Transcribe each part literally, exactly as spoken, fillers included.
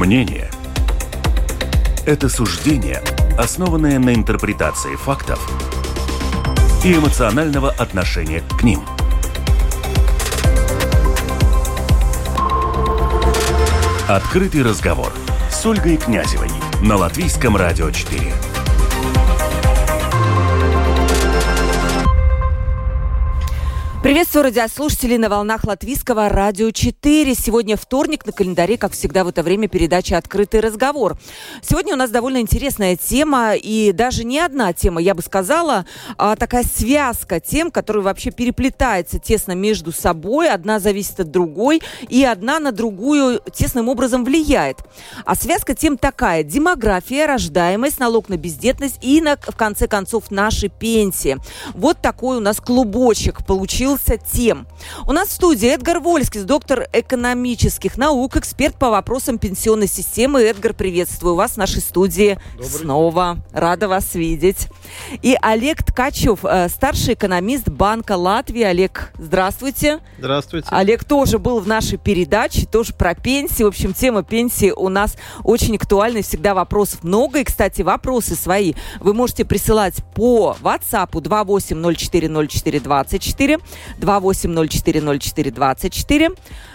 Мнение – это суждение, основанное на интерпретации фактов и эмоционального отношения к ним. Открытый разговор с Ольгой Князевой на Латвийском радио четыре. Приветствую радиослушателей на волнах Латвийского радио четыре. Сегодня вторник, на календаре, как всегда в это время, передача «Открытый разговор». Сегодня у нас довольно интересная тема, и даже не одна тема, я бы сказала, а такая связка тем, которые вообще переплетаются тесно между собой, одна зависит от другой, и одна на другую тесным образом влияет. А связка тем такая: демография, рождаемость, налог на бездетность и, на, в конце концов, наши пенсии. Вот такой у нас клубочек получился тем. У нас в студии Эдгар Вольскис, доктор экономических наук, эксперт по вопросам пенсионной системы. Эдгар, приветствую вас в нашей студии. Добрый. Снова. Рада вас видеть. И Олег Ткачев, старший экономист Банка Латвии. Олег, здравствуйте. Здравствуйте. Олег тоже был в нашей передаче, тоже про пенсии. В общем, тема пенсии у нас очень актуальна, всегда вопросов много. И, кстати, вопросы свои вы можете присылать по WhatsApp два восемь ноль четыре ноль четыре двадцать четыре, два восемь ноль четыре ноль четыре двадцать четыре.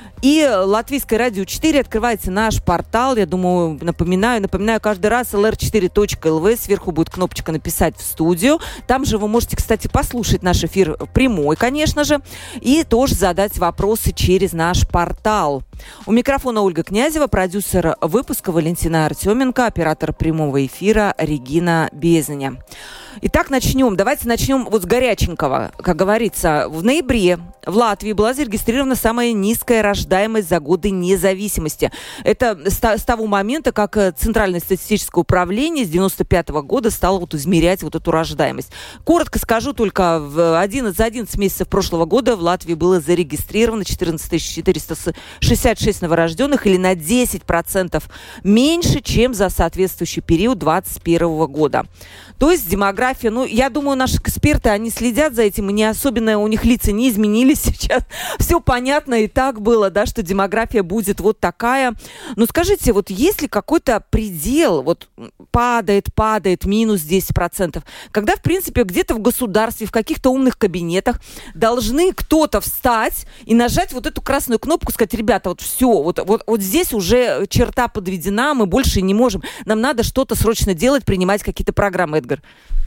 И Латвийское радио четыре, открывается наш портал. Я думаю, напоминаю, напоминаю каждый раз эл эр четыре точка эл ви. Сверху будет кнопочка «Написать в студию». Там же вы можете, кстати, послушать наш эфир прямой, конечно же, и тоже задать вопросы через наш портал. У микрофона Ольга Князева, продюсер выпуска Валентина Артеменко, оператор прямого эфира Регина Безаня. Итак, начнем. Давайте начнем вот с горяченького. Как говорится, в ноябре в Латвии была зарегистрирована самая низкая рождаемость за годы независимости. Это с, с того момента, как Центральное статистическое управление с девяносто пятого года стало вот измерять вот эту рождаемость. Коротко скажу, только в одиннадцать, за одиннадцать месяцев прошлого года в Латвии было зарегистрировано четырнадцать тысяч четыреста шестьдесят шесть новорожденных, или на десять процентов меньше, чем за соответствующий период двадцать первого года. То есть демография, ну, я думаю, наши эксперты, они следят за этим, и не особенно у них лица не изменились сейчас. Все понятно, и так было, да, что демография будет вот такая. Но скажите, вот есть ли какой-то предел, вот падает, падает, минус десять процентов, когда, в принципе, где-то в государстве, в каких-то умных кабинетах должны кто-то встать и нажать вот эту красную кнопку, сказать: ребята, вот все, вот, вот, вот здесь уже черта подведена, мы больше не можем, нам надо что-то срочно делать, принимать какие-то программы, Эдгар.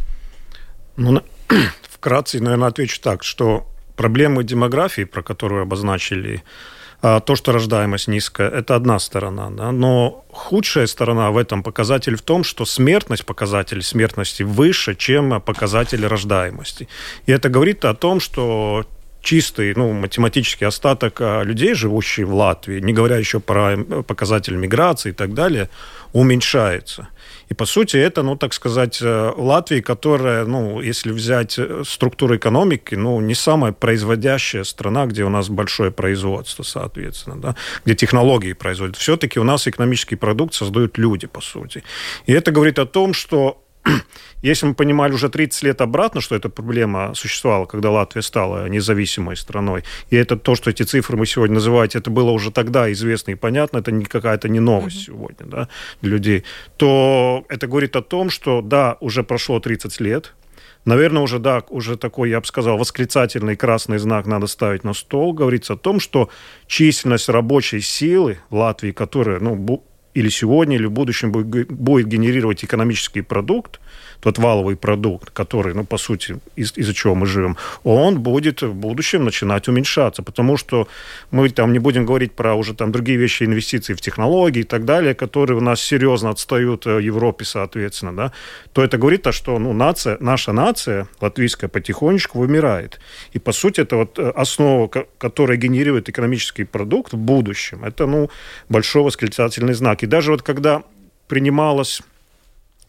Ну, вкратце, наверное, отвечу так, что проблемы демографии, про которую обозначили, то, что рождаемость низкая, это одна сторона, да? Но худшая сторона в этом показатель в том, что смертность, показатель смертности выше, чем показатель рождаемости. И это говорит о том, что чистый, ну, математический остаток людей, живущих в Латвии, не говоря еще про показатель миграции и так далее, уменьшается. И, по сути, это, ну, так сказать, Латвия, которая, ну, если взять структуру экономики, ну, не самая производящая страна, где у нас большое производство, соответственно, да, где технологии производят. Все-таки у нас экономический продукт создают люди, по сути. И это говорит о том, что если мы понимали уже тридцать лет обратно, что эта проблема существовала, когда Латвия стала независимой страной, и это то, что эти цифры мы сегодня называете, это было уже тогда известно и понятно, это не какая-то не новость mm-hmm. сегодня, да, для людей, то это говорит о том, что да, уже прошло тридцать лет, наверное, уже, да, уже такой, я бы сказал, восклицательный красный знак надо ставить на стол, говорится о том, что численность рабочей силы в Латвии, которая, ну, или сегодня, или в будущем будет, будет генерировать экономический продукт, тот валовый продукт, который, ну, по сути, из- из-за чего мы живем, он будет в будущем начинать уменьшаться, потому что мы там не будем говорить про уже там другие вещи, инвестиции в технологии и так далее, которые у нас серьезно отстают в Европе, соответственно, да, то это говорит, что, ну, нация, наша нация латвийская потихонечку вымирает. И, по сути, это вот основа, которая генерирует экономический продукт в будущем, это, ну, большой восклицательный знак. И даже вот когда принималось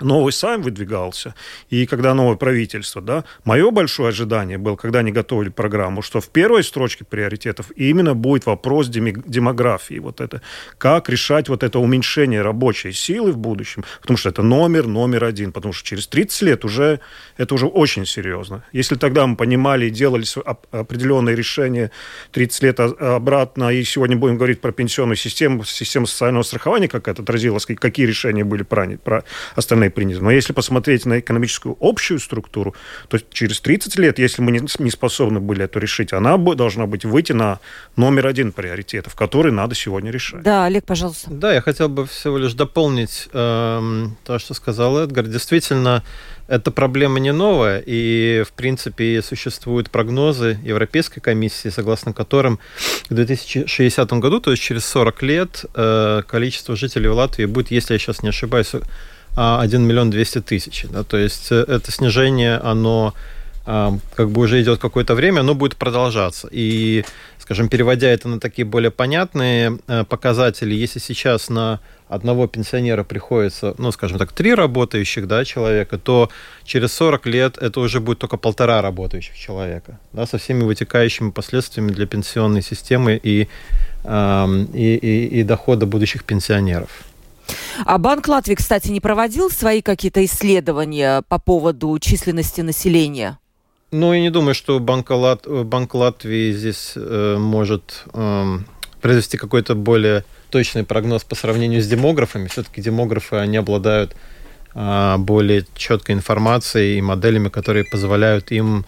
новый сайм выдвигался, и когда новое правительство, да, мое большое ожидание было, когда они готовили программу, что в первой строчке приоритетов именно будет вопрос демографии, вот это, как решать вот это уменьшение рабочей силы в будущем, потому что это номер, номер один, потому что через тридцать лет уже, это уже очень серьезно. Если тогда мы понимали и делали определенные решения тридцать лет обратно, и сегодня будем говорить про пенсионную систему, систему социального страхования, как это отразилось, какие решения были приняты, про остальные принято. Но если посмотреть на экономическую общую структуру, то через тридцать лет, если мы не способны были это решить, она должна быть выйти на номер один приоритетов, который надо сегодня решать. Да, Олег, пожалуйста. Да, я хотел бы всего лишь дополнить э, то, что сказал Эдгар. Действительно, эта проблема не новая, и, в принципе, существуют прогнозы Европейской комиссии, согласно которым к две тысячи шестидесятому году, то есть через сорок лет, э, количество жителей в Латвии будет, если я сейчас не ошибаюсь, один миллион двести тысяч. Да, то есть это снижение, оно как бы уже идет какое-то время, оно будет продолжаться. И, скажем, переводя это на такие более понятные показатели, если сейчас на одного пенсионера приходится, ну, скажем так, три работающих, да, человека, то через сорок лет это уже будет только полтора работающих человека, да, со всеми вытекающими последствиями для пенсионной системы и, и, и, и дохода будущих пенсионеров. А Банк Латвии, кстати, не проводил свои какие-то исследования по поводу численности населения? Ну, я не думаю, что Банк, Лат... Банк Латвии здесь э, может э, произвести какой-то более точный прогноз по сравнению с демографами. Все-таки демографы, они обладают э, более четкой информацией и моделями, которые позволяют им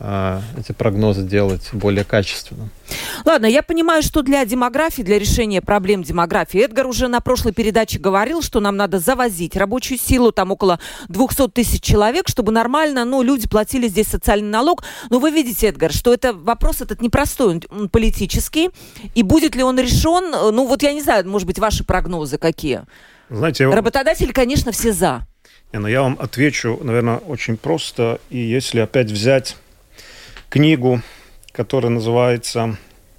эти прогнозы делать более качественно. Ладно, я понимаю, что для демографии, для решения проблем демографии, Эдгар уже на прошлой передаче говорил, что нам надо завозить рабочую силу, там около двести тысяч человек, чтобы нормально, ну, люди платили здесь социальный налог. Но вы видите, Эдгар, что это вопрос этот непростой, он политический, и будет ли он решен, ну, вот я не знаю, может быть, ваши прогнозы какие? Знаете, работодатели, конечно, все за. Не, ну, я вам отвечу, наверное, очень просто, и если опять взять книгу, которая называется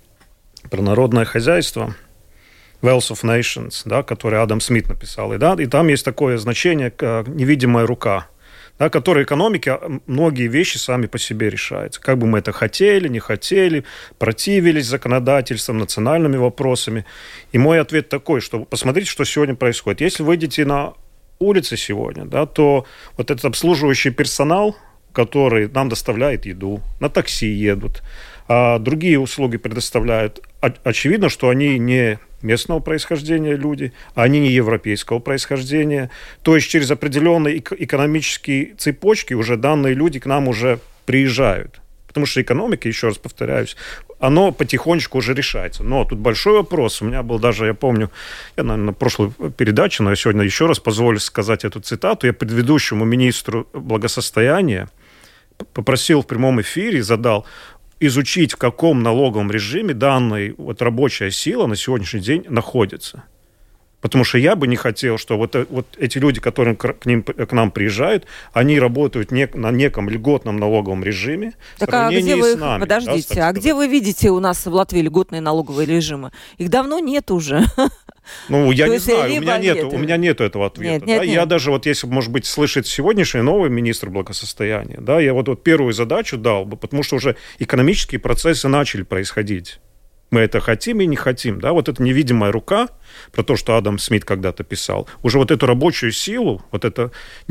«Про народное хозяйство», «Wealth of Nations», да, которую Адам Смит написал. И, да, и там есть такое значение, как «невидимая рука», да, которой экономики многие вещи сами по себе решаются. Как бы мы это хотели, не хотели, противились законодательством, национальными вопросами. И мой ответ такой, что посмотрите, что сегодня происходит. Если вы выйдете на улицы сегодня, да, то вот этот обслуживающий персонал, который нам доставляет еду, на такси едут, а другие услуги предоставляют. Очевидно, что они не местного происхождения люди, они не европейского происхождения. То есть через определенные экономические цепочки уже данные люди к нам уже приезжают. Потому что экономика, еще раз повторяюсь, оно потихонечку уже решается. Но тут большой вопрос. У меня был даже, я помню, я, наверное, на прошлой передаче, но я сегодня еще раз позволю сказать эту цитату. Я предыдущему министру благосостояния попросил в прямом эфире, задал изучить, в каком налоговом режиме данная вот рабочая сила на сегодняшний день находится. Потому что я бы не хотел, что вот, вот эти люди, которые к, ним, к нам приезжают, они работают не, на неком льготном налоговом режиме. Так а где вы, нами, подождите, да, а где вы видите у нас в Латвии льготные налоговые режимы? Их давно нет уже. Ну, я не знаю, у меня, нету, у меня нету этого ответа. Нет, нет, да? нет. Я даже, вот если, может быть, слышит сегодняшний новый министр благосостояния, да, я вот, вот первую задачу дал бы, потому что уже экономические процессы начали происходить. Мы это хотим и не хотим. Да? Вот эта невидимая рука, про то, что Адам Смит когда-то писал, уже вот эту рабочую силу, вот эта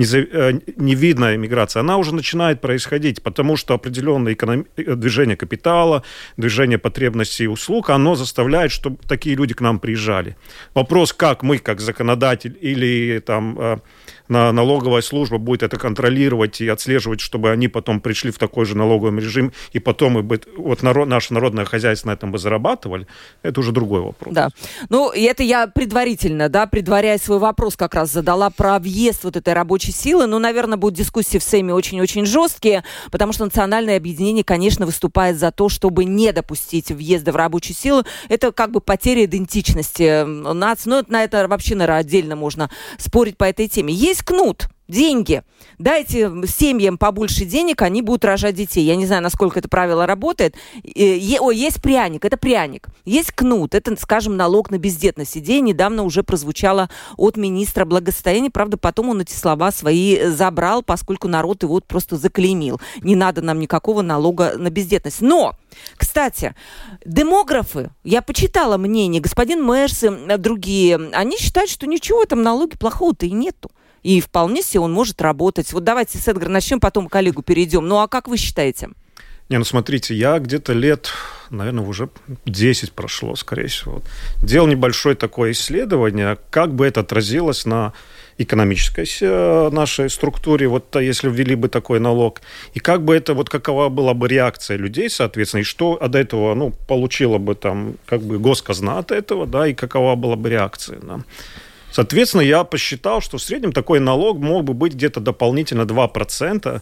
невидная миграция, она уже начинает происходить, потому что определенное эконом... движение капитала, движение потребностей и услуг, оно заставляет, чтобы такие люди к нам приезжали. Вопрос, как мы, как законодатель или там налоговая служба будет это контролировать и отслеживать, чтобы они потом пришли в такой же налоговый режим, и потом и бы, вот народ, наше народное хозяйство на этом бы зарабатывали, это уже другой вопрос. Да. Ну, и это я предварительно, да, предваряя свой вопрос, как раз задала про въезд вот этой рабочей силы. Ну, наверное, будут дискуссии в Сейме очень-очень жесткие, потому что национальное объединение, конечно, выступает за то, чтобы не допустить въезда в рабочую силу. Это как бы потеря идентичности нации. Ну, на это вообще, наверное, отдельно можно спорить по этой теме. Есть кнут. деньги. Дайте семьям побольше денег, они будут рожать детей. Я не знаю, насколько это правило работает. О, есть пряник, это пряник. Есть кнут, это, скажем, налог на бездетность. Идея недавно уже прозвучала от министра благосостояния. Правда, потом он эти слова свои забрал, поскольку народ его просто заклеймил. Не надо нам никакого налога на бездетность. Но, кстати, демографы, я почитала мнение, господин Мерс и другие, они считают, что ничего в этом налоге плохого-то и нету. И вполне себе он может работать. Вот давайте с Эдгара начнем, потом к коллегу перейдем. Ну, а как вы считаете? Не, ну смотрите, я где-то лет, наверное, уже десять прошло, скорее всего. Вот, делал небольшое такое исследование, как бы это отразилось на экономической нашей структуре, вот если ввели бы такой налог, и как бы это, вот какова была бы реакция людей, соответственно, и что от этого, ну, получила бы там, как бы госказна от этого, да, и какова была бы реакция, да. Соответственно, я посчитал, что в среднем такой налог мог бы быть где-то дополнительно два процента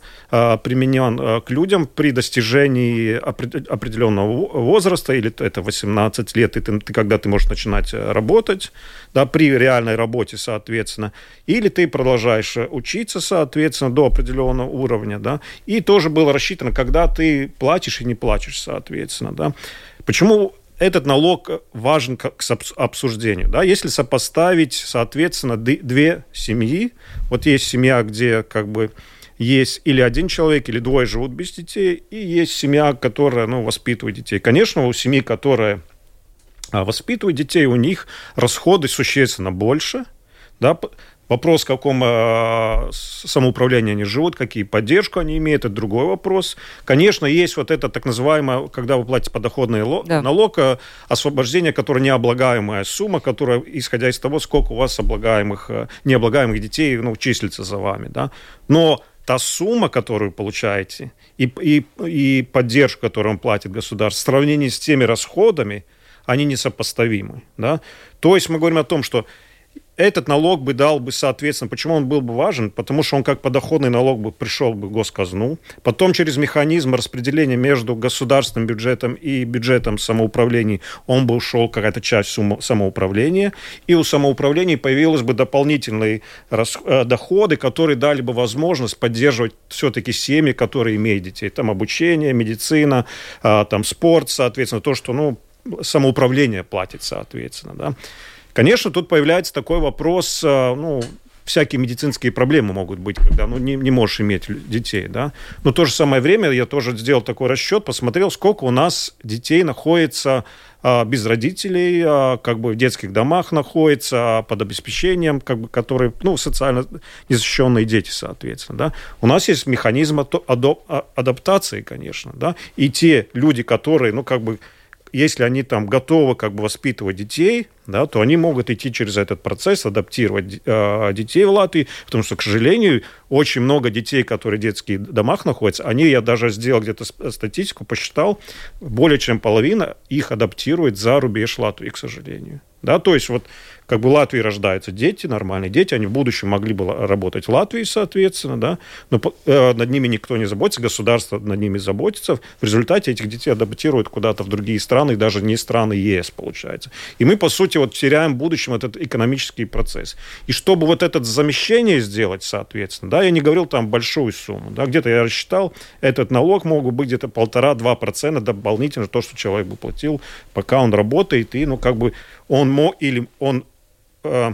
применен к людям при достижении определенного возраста, или это восемнадцать лет, и ты, когда ты можешь начинать работать, да, при реальной работе, соответственно, или ты продолжаешь учиться, соответственно, до определенного уровня, да, и тоже было рассчитано, когда ты платишь и не платишь, соответственно, да. Почему этот налог важен к обсуждению? Да? Если сопоставить, соответственно, две семьи, вот есть семья, где как бы есть или один человек, или двое живут без детей, и есть семья, которая, ну, воспитывает детей. Конечно, у семьи, которая воспитывает детей, у них расходы существенно больше, да. Вопрос, в каком э, самоуправлении они живут, какие поддержку они имеют, это другой вопрос. Конечно, есть вот это так называемое, когда вы платите подоходный да. налог, освобождение, которое необлагаемая сумма, которая, исходя из того, сколько у вас облагаемых, необлагаемых детей, ну, числится за вами. Да? Но та сумма, которую вы получаете, и, и, и поддержку, которую вам платит государство, в сравнении с теми расходами, они несопоставимы. Да? То есть мы говорим о том, что этот налог бы дал бы, соответственно, почему он был бы важен? Потому что он как подоходный налог бы пришел бы в госказну, потом через механизм распределения между государственным бюджетом и бюджетом самоуправления он бы ушел, какая-то часть самоуправления, и у самоуправления появились бы дополнительные доходы, которые дали бы возможность поддерживать все-таки семьи, которые имеют детей. Там обучение, медицина, там спорт, соответственно, то, что, ну, самоуправление платит, соответственно, да. Конечно, тут появляется такой вопрос, ну, всякие медицинские проблемы могут быть, когда, ну, не, не можешь иметь детей, да. Но в то же самое время я тоже сделал такой расчет, посмотрел, сколько у нас детей находится а, без родителей, а, как бы в детских домах находится, а, под обеспечением, как бы, которые, ну, социально незащищенные дети, соответственно, да. У нас есть механизм адоп- адаптации, конечно, да, и те люди, которые, ну, как бы, если они там готовы как бы воспитывать детей, да, то они могут идти через этот процесс, адаптировать э, детей в Латвии, потому что, к сожалению, очень много детей, которые в детских домах находятся, они, я даже сделал где-то статистику, посчитал, более чем половина их адаптирует за рубеж Латвии, к сожалению. Да, то есть вот как бы в Латвии рождаются дети, нормальные дети, они в будущем могли бы работать в Латвии, соответственно, да, но э, над ними никто не заботится, государство над ними заботится. В результате этих детей адаптируют куда-то в другие страны, даже не страны ЕС, получается. И мы, по сути, вот теряем в будущем этот экономический процесс. И чтобы вот это замещение сделать, соответственно, да, я не говорил там большую сумму, да, где-то я рассчитал, этот налог мог бы быть где-то полтора-два процента дополнительно то, что человек бы платил, пока он работает, и, ну, как бы он мо, или он э,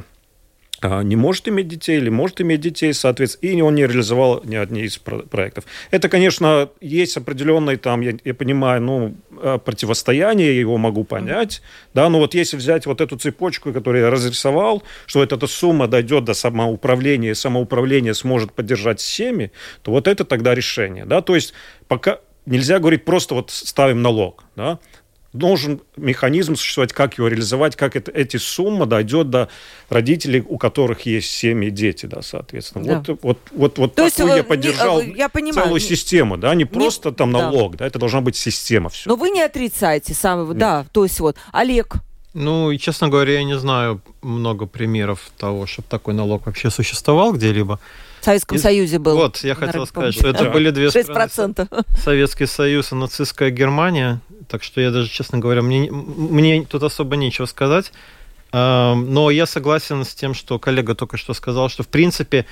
э, не может иметь детей, или может иметь детей, соответственно, и он не реализовал ни одни из проектов. Это, конечно, есть определенное там, я, я понимаю, ну, противостояние, я его могу понять, mm-hmm. да, но вот если взять вот эту цепочку, которую я разрисовал, что вот эта сумма дойдет до самоуправления, и самоуправление сможет поддержать семьи, то вот это тогда решение, да, то есть пока нельзя говорить просто вот ставим налог, да, должен механизм существовать, как его реализовать, как это, эти суммы дойдет до родителей, у которых есть семьи, дети, да, соответственно. Да. Вот, вот, вот, вот то такую есть, я поддержал не, я понимаю, целую систему, да, не, не просто там налог, да. да, это должна быть система. Все. Но вы не отрицаете самого, да, то есть вот, Олег. Ну, и, честно говоря, я не знаю много примеров того, чтобы такой налог вообще существовал где-либо. В Советском и, Союзе был. Вот, я хотел сказать, что это были две шесть процентов. страны. Советский Союз и нацистская Германия. Так что я даже, честно говоря, мне, мне тут особо нечего сказать. Но я согласен с тем, что коллега только что сказал, что, в принципе,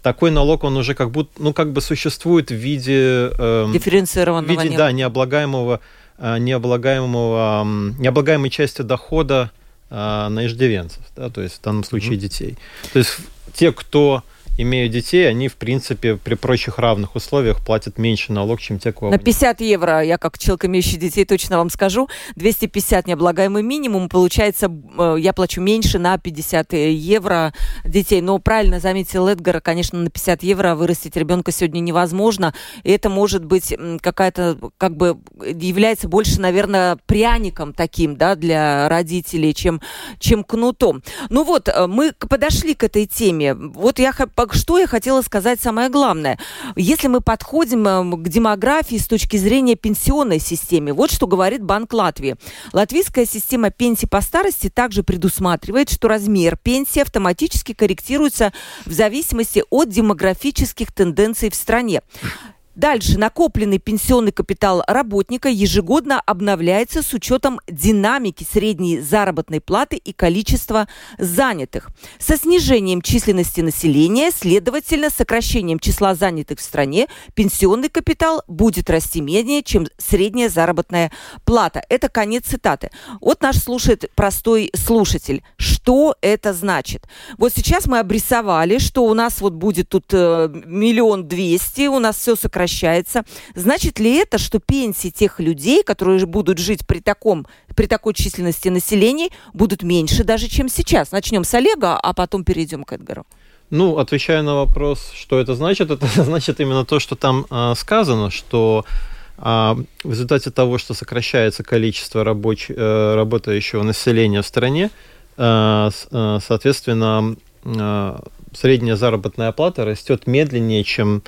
такой налог, он уже как будто, ну, как бы существует в виде... Э, Дифференцированного. В виде, нет. да, необлагаемого, необлагаемого, необлагаемой части дохода э, на иждивенцев, да, то есть в данном случае mm-hmm. детей. То есть те, кто имеют детей, они, в принципе, при прочих равных условиях платят меньше налог, чем те, кого... На пятьдесят евро, я как человек, имеющий детей, точно вам скажу, двести пятьдесят необлагаемый минимум, получается, я плачу меньше на пятьдесят евро детей. Но правильно заметил Эдгар, конечно, на пятьдесят евро вырастить ребенка сегодня невозможно. И это может быть какая-то, как бы, является больше, наверное, пряником таким, да, для родителей, чем, чем кнутом. Ну вот, мы подошли к этой теме. Вот я что я хотела сказать самое главное. Если мы подходим к демографии с точки зрения пенсионной системы, вот что говорит Банк Латвии. Латвийская система пенсий по старости также предусматривает, что размер пенсии автоматически корректируется в зависимости от демографических тенденций в стране. Дальше. Накопленный пенсионный капитал работника ежегодно обновляется с учетом динамики средней заработной платы и количества занятых. Со снижением численности населения, следовательно, сокращением числа занятых в стране, пенсионный капитал будет расти менее, чем средняя заработная плата. Это конец цитаты. Вот наш слушает простой слушатель. Что это значит? Вот сейчас мы обрисовали, что у нас вот будет тут э, миллион двести, у нас все сокращается. Значит ли это, что пенсии тех людей, которые будут жить при, таком, при такой численности населения, будут меньше даже, чем сейчас? Начнем с Олега, а потом перейдем к Эдгару. Ну, отвечая на вопрос, что это значит, это значит именно то, что там э, сказано, что э, в результате того, что сокращается количество рабоч... э, работающего населения в стране, э, э, соответственно, э, средняя заработная плата растет медленнее, чем...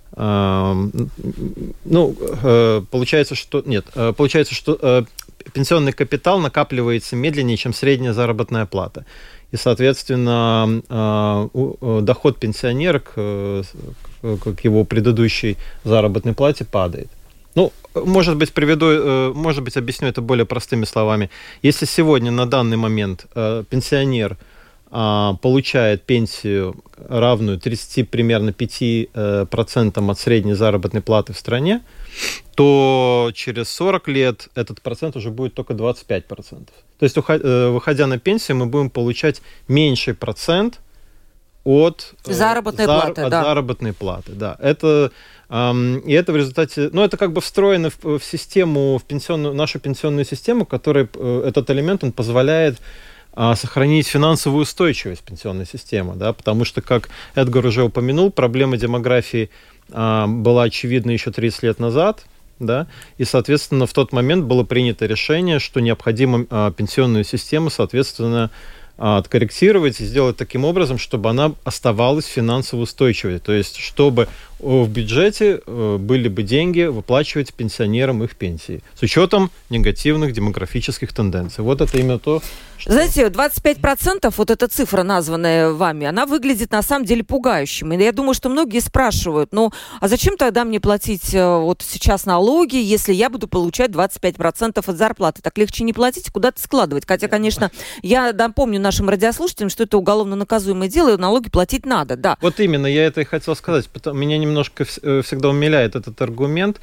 Ну, получается, что... Нет, получается, что пенсионный капитал накапливается медленнее, чем средняя заработная плата. И, соответственно, доход пенсионера к, к его предыдущей заработной плате падает. Ну, может быть, приведу, может быть, объясню это более простыми словами. Если сегодня, на данный момент, пенсионер получает пенсию, равную тридцати примерно пяти процентам от средней заработной платы в стране, то через сорок лет этот процент уже будет только двадцать пять процентов. То есть, выходя на пенсию, мы будем получать меньший процент от заработной зар... платы. От да. заработной платы. Да. Это, эм, и это в результате... Ну, это как бы встроено в, в систему, в пенсионную, нашу пенсионную систему, которая этот элемент, он позволяет сохранить финансовую устойчивость пенсионной системы, да, потому что, как Эдгар уже упомянул, проблема демографии а, была очевидна еще тридцать лет назад, да, и, соответственно, в тот момент было принято решение, что необходимо а, пенсионную систему, соответственно, а, откорректировать и сделать таким образом, чтобы она оставалась финансово устойчивой, то есть чтобы в бюджете были бы деньги выплачивать пенсионерам их пенсии с учетом негативных демографических тенденций. Вот это именно то, что... Знаете, двадцать пять процентов, вот эта цифра, названная вами, она выглядит на самом деле пугающим. И я думаю, что многие спрашивают, ну, а зачем тогда мне платить вот сейчас налоги, если я буду получать двадцать пять процентов от зарплаты? Так легче не платить, куда-то складывать. Хотя, конечно, я напомню нашим радиослушателям, что это уголовно наказуемое дело, и налоги платить надо, да. Вот именно, я это и хотел сказать. Меня немножко всегда умиляет этот аргумент.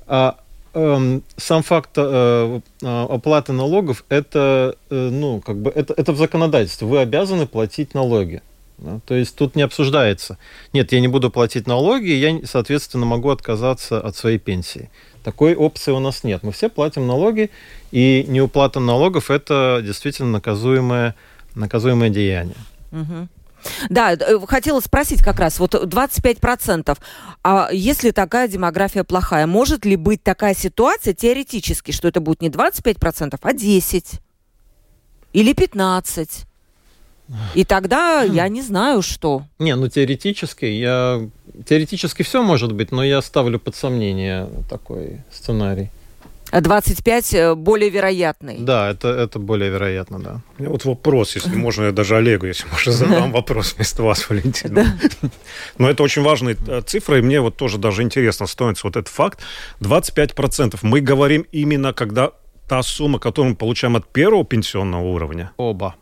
Сам факт оплаты налогов, это, ну, как бы, это, это в законодательстве. Вы обязаны платить налоги. Да? То есть тут не обсуждается. Нет, я не буду платить налоги, я, соответственно, могу отказаться от своей пенсии. Такой опции у нас нет. Мы все платим налоги, и неуплата налогов – это действительно наказуемое, наказуемое деяние. Угу. Да, хотела спросить как раз, вот двадцать пять процентов, а если такая демография плохая, может ли быть такая ситуация теоретически, что это будет не двадцать пять процентов, а десять процентов или пятнадцать процентов? И тогда я не знаю, что. Не, ну теоретически, я... теоретически все может быть, но я ставлю под сомнение такой сценарий. двадцать пять более вероятный. Да, это, это более вероятно, да. Вот вопрос, если можно, я даже Олегу, если можно, задам вопрос вместо вас, Валентина. Но это очень важная цифра, и мне вот тоже даже интересно становится вот этот факт. двадцать пять процентов. Мы говорим именно, когда та сумма, которую мы получаем от первого пенсионного уровня. Оба.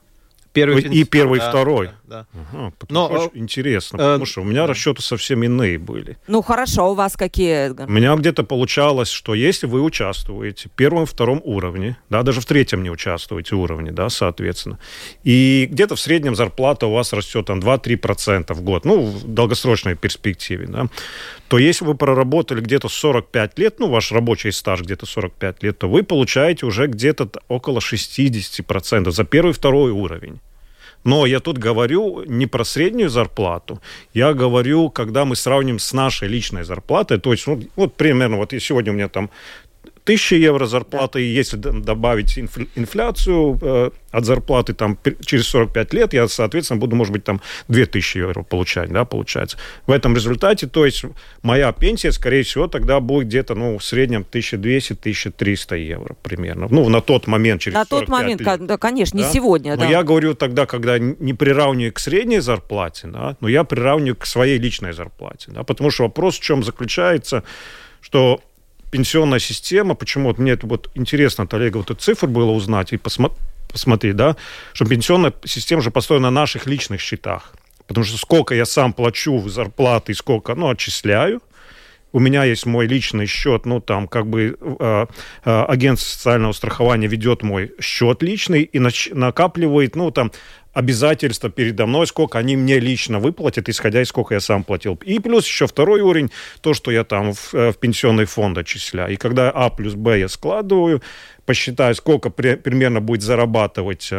Первый и первый, и да, второй. Да, да. Ага, потому Но, что интересно, э, потому что у меня расчеты совсем иные были. Ну, хорошо, а у вас какие, Эдгар? У меня где-то получалось, что если вы участвуете в первом, втором уровне, да, даже в третьем не участвуете уровне, да, соответственно, и где-то в среднем зарплата у вас растет там два-три процента в год, ну, в долгосрочной перспективе, да, то если вы проработали где-то сорок пять лет, ну, ваш рабочий стаж где-то сорок пять лет, то вы получаете уже где-то около шестьдесят процентов за первый и второй уровень. Но я тут говорю не про среднюю зарплату, я говорю, когда мы сравним с нашей личной зарплатой, то есть, ну, вот примерно, вот и сегодня у меня там тысяча евро зарплата, и если добавить инфляцию э, от зарплаты там, через сорок пять лет, я, соответственно, буду, может быть, там две тысячи евро получать, да, получается. В этом результате, то есть, моя пенсия, скорее всего, тогда будет где-то, ну, в среднем тысяча двести - тысяча триста евро примерно. Ну, на тот момент, через на сорок пять тот момент, лет. Да, конечно, да? не сегодня, но да. я говорю тогда, когда не приравниваю к средней зарплате, да, но я приравниваю к своей личной зарплате, да, потому что вопрос в чем заключается, что пенсионная система, почему вот мне это вот интересно от Олега вот эту цифру было узнать и посмотреть, посмотреть, да, что пенсионная система же построена на наших личных счетах, потому что сколько я сам плачу в зарплаты, сколько, ну, отчисляю, у меня есть мой личный счет, ну, там, как бы э, э, агентство социального страхования ведет мой счет личный и нач- накапливает, ну, там, обязательства передо мной, сколько они мне лично выплатят, исходя из сколько я сам платил. И плюс еще второй уровень, то, что я там в, в пенсионный фонд отчисляю. И когда А плюс Б я складываю, посчитаю, сколько при, примерно будет зарабатывать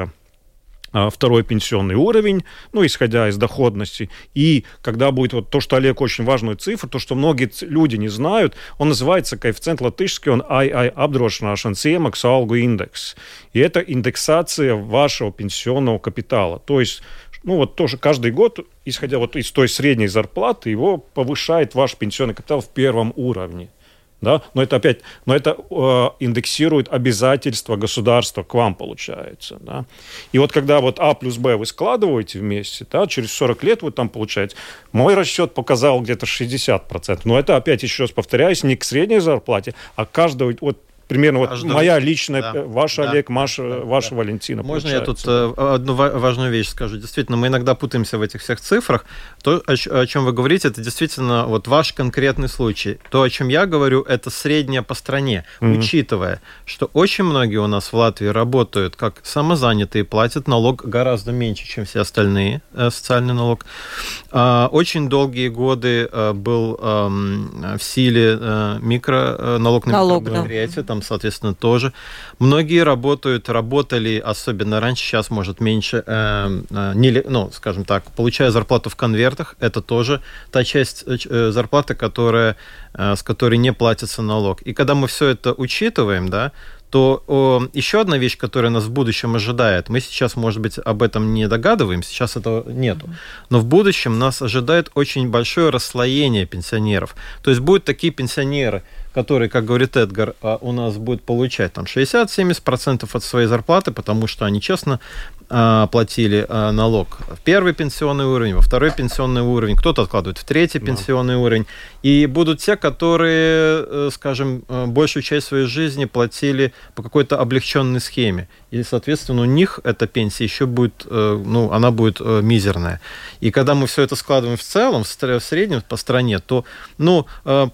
второй пенсионный уровень, ну, исходя из доходности. И когда будет вот то, что Олег очень важную цифру, то, что многие люди не знают, он называется коэффициент латышский, он ай ай apdrošināšanas iemaksu algu индекс. И это индексация вашего пенсионного капитала. То есть, ну, вот тоже каждый год, исходя вот из той средней зарплаты, его повышает ваш пенсионный капитал в первом уровне. Да? Но это опять, но это э, индексирует обязательства государства к вам, получается. Да? И вот когда вот А плюс Б вы складываете вместе, да, через сорок лет вы там получаете. Мой расчет показал где-то шестьдесят процентов. Но это опять, еще раз повторяюсь, не к средней зарплате, а каждого... Вот, примерно вот Каждый... моя личная, да. ваша, да. Олег, Маша, да. ваша, да. Валентина. Можно получается. я тут э, одну важную вещь скажу? Действительно, мы иногда путаемся в этих всех цифрах. То, о, о чем вы говорите, это действительно вот ваш конкретный случай. То, о чем я говорю, это среднее по стране, mm-hmm. учитывая, что очень многие у нас в Латвии работают как самозанятые, платят налог гораздо меньше, чем все остальные, э, социальный налог. Э, очень долгие годы э, был э, в силе э, микро, э, налог на налог, микропредприятие, да. там, соответственно, тоже. Многие работают, работали, особенно раньше, сейчас, может, меньше, э, э, не, ну, скажем так, получая зарплату в конвертах, это тоже та часть э, зарплаты, которая, э, с которой не платится налог. И когда мы все это учитываем, да, то о, еще одна вещь, которая нас в будущем ожидает, мы сейчас, может быть, об этом не догадываемся, сейчас этого нету, но в будущем нас ожидает очень большое расслоение пенсионеров. То есть будут такие пенсионеры, которые, как говорит Эдгар, у нас будут получать там шестьдесят-семьдесят процентов от своей зарплаты, потому что они честно платили налог в первый пенсионный уровень, во второй пенсионный уровень, кто-то откладывает в третий да. пенсионный уровень. И будут те, которые, скажем, большую часть своей жизни платили по какой-то облегченной схеме. И, соответственно, у них эта пенсия еще будет, ну, она будет мизерная. И когда мы все это складываем в целом, в среднем по стране, то, ну,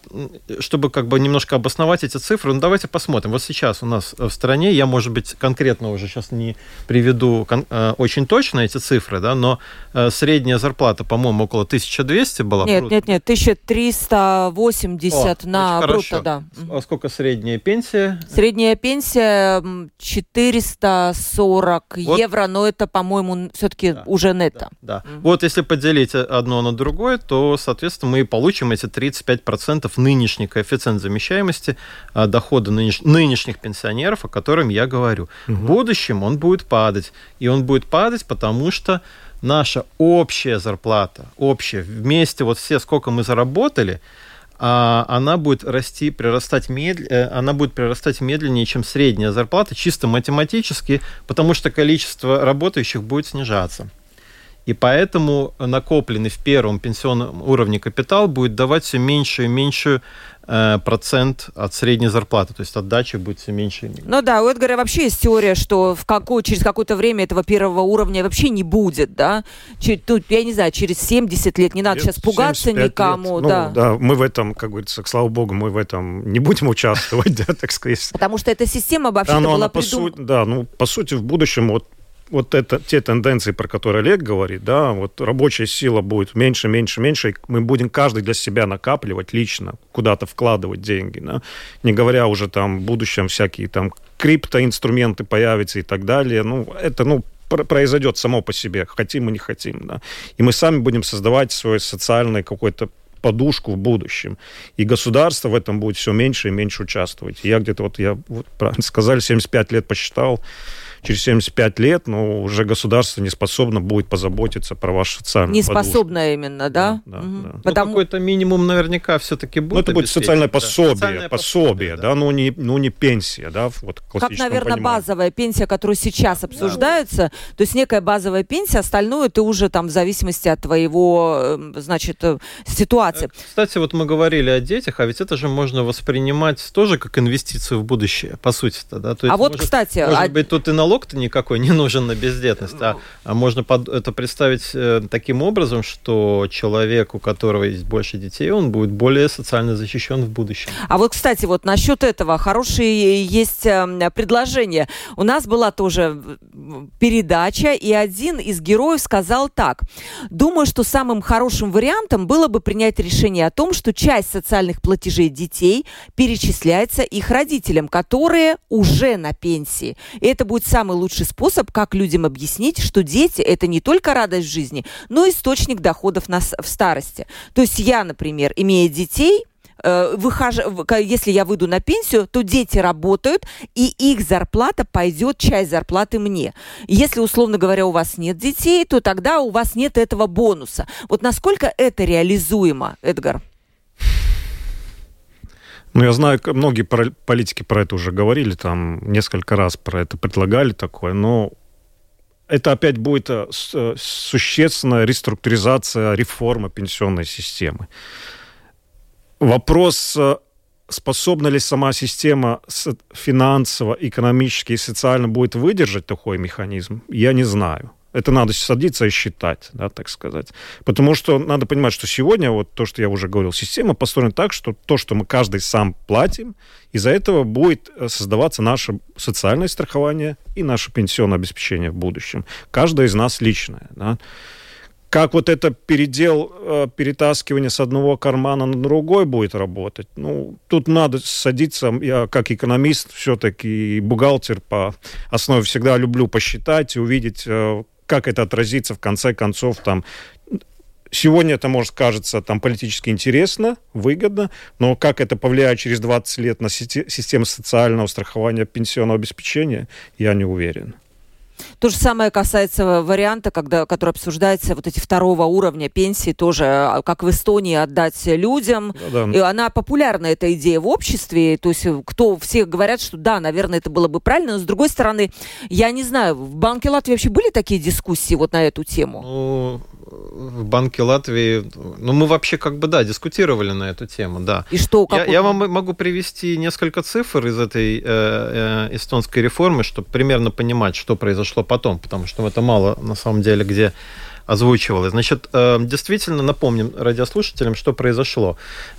чтобы как бы немножко обосновать эти цифры, ну, давайте посмотрим. Вот сейчас у нас в стране, я, может быть, конкретно уже сейчас не приведу очень точно эти цифры, да, но средняя зарплата, по-моему, около тысяча двести была. Нет, бруто. нет, нет, тысяча триста восемьдесят О, на бруто, да. А сколько средняя пенсия? Средняя пенсия четыреста сорок вот. Евро, но это, по-моему, все-таки да, уже нетто. Да, да. Mm-hmm. Вот если поделить одно на другое, то, соответственно, мы получим эти тридцать пять процентов нынешний коэффициент замещаемости дохода нынеш... нынешних пенсионеров, о котором я говорю. Mm-hmm. В будущем он будет падать. И он будет падать, потому что наша общая зарплата, общая, вместе вот все, сколько мы заработали, она будет расти, прирастать медленнее, она будет прирастать медленнее, чем средняя зарплата, чисто математически, потому что количество работающих будет снижаться. И поэтому накопленный в первом пенсионном уровне капитал будет давать все меньшую и меньшую процент от средней зарплаты, то есть отдача будет все меньше и меньше. Ну да, у Эдгара вообще есть теория, что в какой, через какое-то время этого первого уровня вообще не будет, да? Чуть, тут, я не знаю, через семьдесят лет, не надо сейчас пугаться никому. Ну, да. да, мы в этом, как говорится, слава богу, мы в этом не будем участвовать, да, так сказать. Потому что эта система вообще-то была придумана. Да, ну, по сути, в будущем вот Вот это те тенденции, про которые Олег говорит, да, вот рабочая сила будет меньше, меньше, меньше, и мы будем каждый для себя накапливать лично, куда-то вкладывать деньги, да, не говоря уже там в будущем всякие там криптоинструменты появятся и так далее, ну, это, ну, произойдет само по себе, хотим мы, не хотим, да, и мы сами будем создавать свой социальный какой-то подушку в будущем. И государство в этом будет все меньше и меньше участвовать. Я где-то, вот я, вот, правильно сказали, семьдесят пять лет посчитал, через семьдесят пять лет, но уже государство не способно будет позаботиться про вашу социальную не подушку. способно именно, да? Да, угу. да, да. Потому... Ну, какой-то минимум наверняка все-таки будет. Ну, это будет социальное пособие, социальное пособие, пособие, да, да. но не, ну, не пенсия, да, вот в как, наверное, понимании. Базовая пенсия, которая сейчас обсуждается, да. То есть некая базовая пенсия, остальное ты уже там в зависимости от твоего, значит, ситуации. Кстати, вот мы говорили о детях, а ведь это же можно воспринимать тоже как инвестицию в будущее, по сути-то, да? То есть, а вот, может, кстати... Может а... быть, тут и налог-то никакой не нужен на бездетность, а, а можно под, это представить э, таким образом, что человек, у которого есть больше детей, он будет более социально защищен в будущем. А вот, кстати, вот насчет этого хорошие есть э, предложения. У нас была тоже передача, и один из героев сказал так. Думаю, что самым хорошим вариантом было бы принять решение о том, что часть социальных платежей детей перечисляется их родителям, которые уже на пенсии. И это будет самый лучший способ, как людям объяснить, что дети – это не только радость в жизни, но и источник доходов на, в старости. То есть я, например, имея детей, э, выхожу, если я выйду на пенсию, то дети работают, и их зарплата пойдет, часть зарплаты мне. Если, условно говоря, у вас нет детей, то тогда у вас нет этого бонуса. Вот насколько это реализуемо, Эдгар? Ну, я знаю, многие политики про это уже говорили, там несколько раз про это предлагали такое, но это опять будет существенная реструктуризация, реформа пенсионной системы. Вопрос, способна ли сама система финансово, экономически и социально будет выдержать такой механизм, я не знаю. Это надо садиться и считать, да, так сказать. Потому что надо понимать, что сегодня, вот то, что я уже говорил, система построена так, что то, что мы каждый сам платим, из-за этого будет создаваться наше социальное страхование и наше пенсионное обеспечение в будущем. Каждое из нас личное, да. Как вот это передел, перетаскивание с одного кармана на другой будет работать? Ну, тут надо садиться, я как экономист все-таки, бухгалтер по основе всегда люблю посчитать и увидеть, как это отразится в конце концов там. Сегодня это, может, кажется там политически интересно, выгодно, но как это повлияет через двадцать лет на систему социального страхования пенсионного обеспечения, я не уверен. То же самое касается варианта, когда, который обсуждается, вот эти второго уровня пенсии тоже, как в Эстонии, отдать людям. Да, да. И она популярна, эта идея в обществе. То есть кто, все говорят, что да, наверное, это было бы правильно. Но с другой стороны, я не знаю, в Банке Латвии вообще были такие дискуссии вот на эту тему? Ну, в Банке Латвии, ну, мы вообще как бы, да, дискутировали на эту тему, да. И что? Я, я вам могу привести несколько цифр из этой э, э, эстонской реформы, чтобы примерно понимать, что произошло потом, потому что это мало, на самом деле, где озвучивалось. Значит, э, действительно, напомним радиослушателям, что произошло.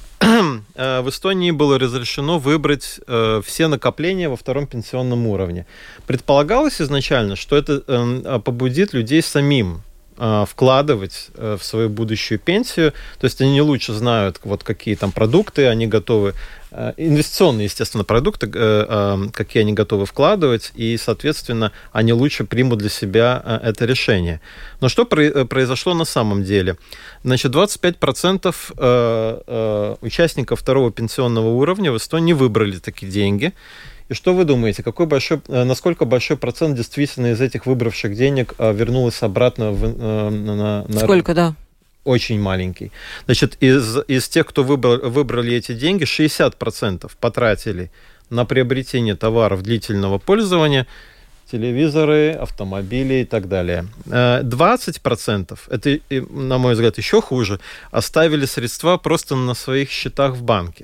В Эстонии было разрешено выбрать э, все накопления во втором пенсионном уровне. Предполагалось изначально, что это э, побудит людей самим вкладывать в свою будущую пенсию. То есть они лучше знают, вот какие там продукты они готовы, инвестиционные, естественно, продукты, какие они готовы вкладывать, и, соответственно, они лучше примут для себя это решение. Но что произошло на самом деле? Значит, двадцать пять процентов участников второго пенсионного уровня в Эстонии выбрали такие деньги. И что вы думаете, какой большой, насколько большой процент действительно из этих выбравших денег вернулось обратно в, на, на... Сколько, да? Очень маленький. Значит, из, из тех, кто выбрал, выбрали эти деньги, шестьдесят процентов потратили на приобретение товаров длительного пользования, телевизоры, автомобили и так далее. двадцать процентов, это, на мой взгляд, еще хуже, оставили средства просто на своих счетах в банке. То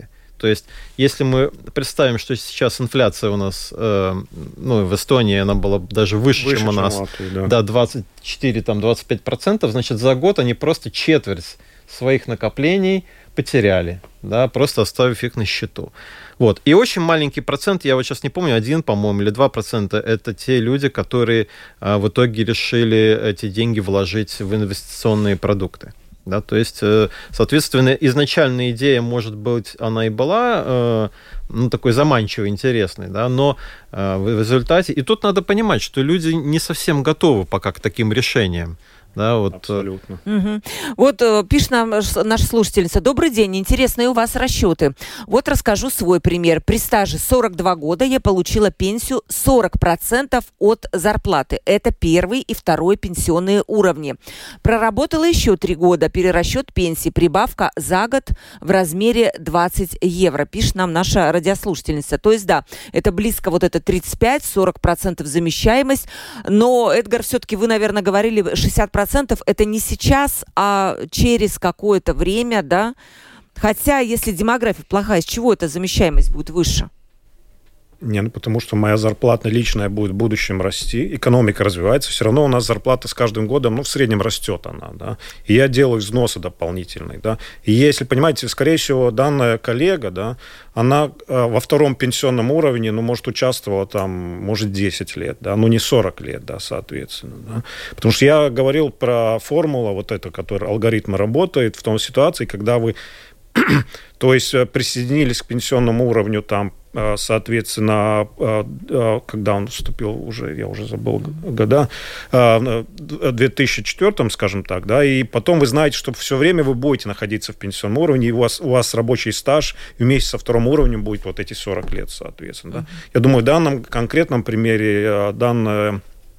То есть, если мы представим, что сейчас инфляция у нас, э, ну, в Эстонии она была даже выше, выше чем у нас, Латвии, да. да, двадцать четыре - двадцать пять процентов, значит, за год они просто четверть своих накоплений потеряли, да, просто оставив их на счету. Вот. И очень маленький процент, я вот сейчас не помню, один, по-моему, или два процента, это те люди, которые а, в итоге решили эти деньги вложить в инвестиционные продукты. Да, то есть, соответственно, изначальная идея, может быть, она и была ну, такой заманчивой, интересной, да, но в результате... И тут надо понимать, что люди не совсем готовы пока к таким решениям. Да, вот. Абсолютно. Угу. Вот э, пишет нам наша слушательница. Добрый день, интересные у вас расчеты. Вот расскажу свой пример. При стаже сорок два года я получила пенсию сорок процентов от зарплаты. Это первый и второй пенсионные уровни. Проработала еще три года. Перерасчет пенсии. Прибавка за год в размере двадцать евро. Пишет нам наша радиослушательница. То есть, да, это близко вот это тридцать пять - сорок процентов замещаемость. Но, Эдгар, все-таки вы, наверное, говорили шестьдесят процентов. Это не сейчас, а через какое-то время, да? Хотя, если демография плохая, с чего эта замещаемость будет выше? Не, ну потому что моя зарплата личная будет в будущем расти, экономика развивается, все равно у нас зарплата с каждым годом, ну, в среднем растет она, да, и я делаю взносы дополнительные, да, и если, понимаете, скорее всего, данная коллега, да, она э, во втором пенсионном уровне, ну, может, участвовала там, может, десять лет, да, но не сорок лет, да, соответственно, да, потому что я говорил про формулу вот эту, которая алгоритм работает в том ситуации, когда вы, то есть, присоединились к пенсионному уровню там, соответственно, когда он вступил уже, я уже забыл года, в две тысячи четвёртом, скажем так, да, и потом вы знаете, что все время вы будете находиться в пенсионном уровне, и у вас, у вас рабочий стаж, и вместе со вторым уровнем будет вот эти сорок лет, соответственно. Да. Я думаю, в данном конкретном примере данная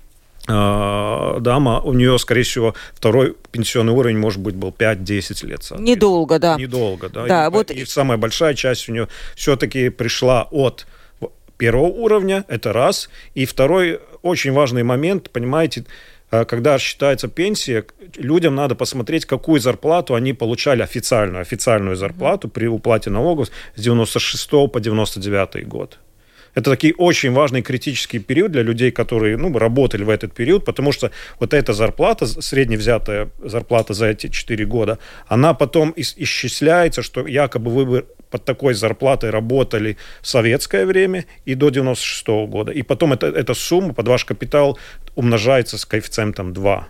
дама, у нее, скорее всего, второй пенсионный уровень, может быть, был пять-десять лет. Недолго, да. Недолго, да. да и, вот... и самая большая часть у нее все-таки пришла от первого уровня, это раз. И второй очень важный момент, понимаете, когда считается пенсия, людям надо посмотреть, какую зарплату они получали, официальную, официальную зарплату при уплате налогов с девяносто шестого по девяносто девятый год. Это такой очень важный критический период для людей, которые ну, работали в этот период, потому что вот эта зарплата, средневзятая зарплата за эти четыре года, она потом исчисляется, что якобы вы под такой зарплатой работали в советское время и до девяносто шестого года. И потом это, эта сумма под ваш капитал умножается с коэффициентом два.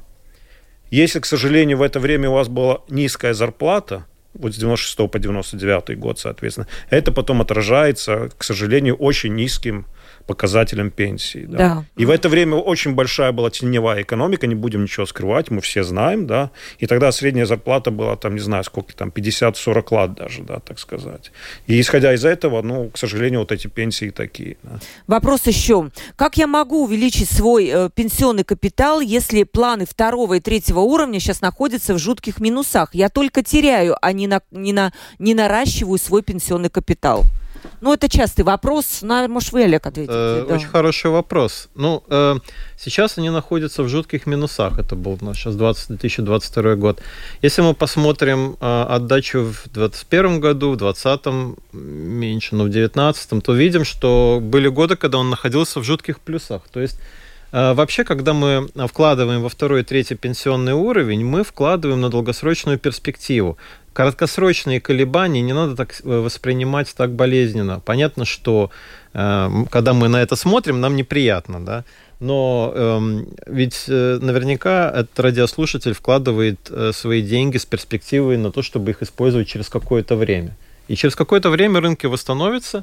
Если, к сожалению, в это время у вас была низкая зарплата, вот с девяносто шестого по девяносто девятый год, соответственно, это потом отражается, к сожалению, очень низким показателем пенсии. Да. Да. И в это время очень большая была теневая экономика, не будем ничего скрывать, мы все знаем, да, и тогда средняя зарплата была, там, не знаю, сколько там, пятьдесят-сорок лат даже, да, так сказать. И исходя из этого, ну, к сожалению, вот эти пенсии такие. Да. Вопрос еще. Как я могу увеличить свой э, пенсионный капитал, если планы второго и третьего уровня сейчас находятся в жутких минусах? Я только теряю, а не, на, не, на, не наращиваю свой пенсионный капитал. Ну, это частый вопрос. Наверное, может, вы, Олег, ответите. Э, да. Очень хороший вопрос. Ну, э, сейчас они находятся в жутких минусах. Это был ну, сейчас две тысячи двадцать второй год. Если мы посмотрим э, отдачу в двадцать первом году, в двадцатом меньше, но в девятнадцатом, то видим, что были годы, когда он находился в жутких плюсах. То есть э, вообще, когда мы вкладываем во второй и третий пенсионный уровень, мы вкладываем на долгосрочную перспективу. Краткосрочные колебания не надо так воспринимать так болезненно. Понятно, что э, когда мы на это смотрим, нам неприятно, да? Но э, ведь э, наверняка этот радиослушатель вкладывает э, свои деньги с перспективой на то, чтобы их использовать через какое-то время. И через какое-то время рынки восстановятся,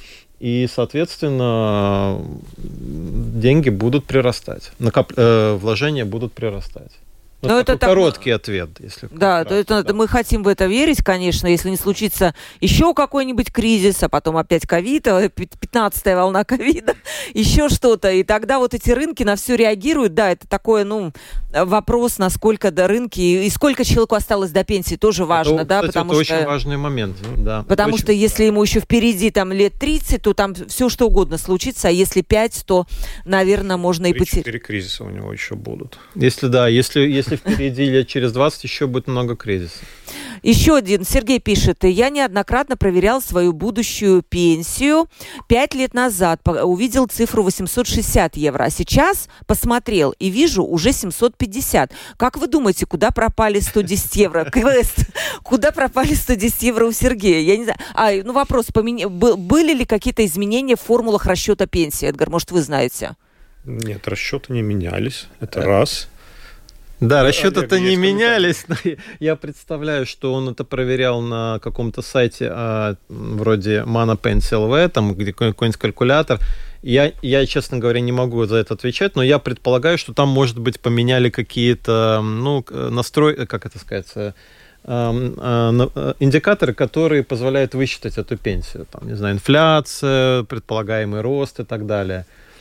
и, соответственно, деньги будут прирастать, накоп... э, вложения будут прирастать. Ну, но это короткий так... ответ, если да, кратко, это, да, мы хотим в это верить, конечно, если не случится еще какой-нибудь кризис, а потом опять ковид, пятнадцатая волна ковида, еще что-то, и тогда вот эти рынки на все реагируют. Да, это такой, ну, вопрос, насколько до рынки и сколько человеку осталось до пенсии, тоже важно, это, да, кстати, потому это что очень важный момент, да. Потому очень, что если да. ему еще впереди там лет тридцать, то там все что угодно случится, а если пять, то, наверное, можно и потерять. Четыре кризиса у него еще будут. Если да, если если впереди лет через двадцать еще будет много кризисов. Еще один. Сергей пишет. Я неоднократно проверял свою будущую пенсию. Пять лет назад увидел цифру восемьсот шестьдесят евро. А сейчас посмотрел и вижу уже семьсот пятьдесят. Как вы думаете, куда пропали сто десять евро? Квест. Куда пропали сто десять евро у Сергея? Я не знаю. А, ну вопрос. Поменя... Были ли какие-то изменения в формулах расчета пенсии? Эдгар, может, вы знаете? Нет, расчеты не менялись. Это раз. Да, расчеты-то не менялись, но я представляю, что он это проверял на каком-то сайте а, вроде ManaPensi точка эл ви, там где какой-нибудь калькулятор. Я, я, честно говоря, не могу за это отвечать, но я предполагаю, что там, может быть, поменяли какие-то, ну, настрой, как это сказать, индикаторы, которые позволяют высчитать эту пенсию. Там, не знаю, инфляция, предполагаемый рост и так далее.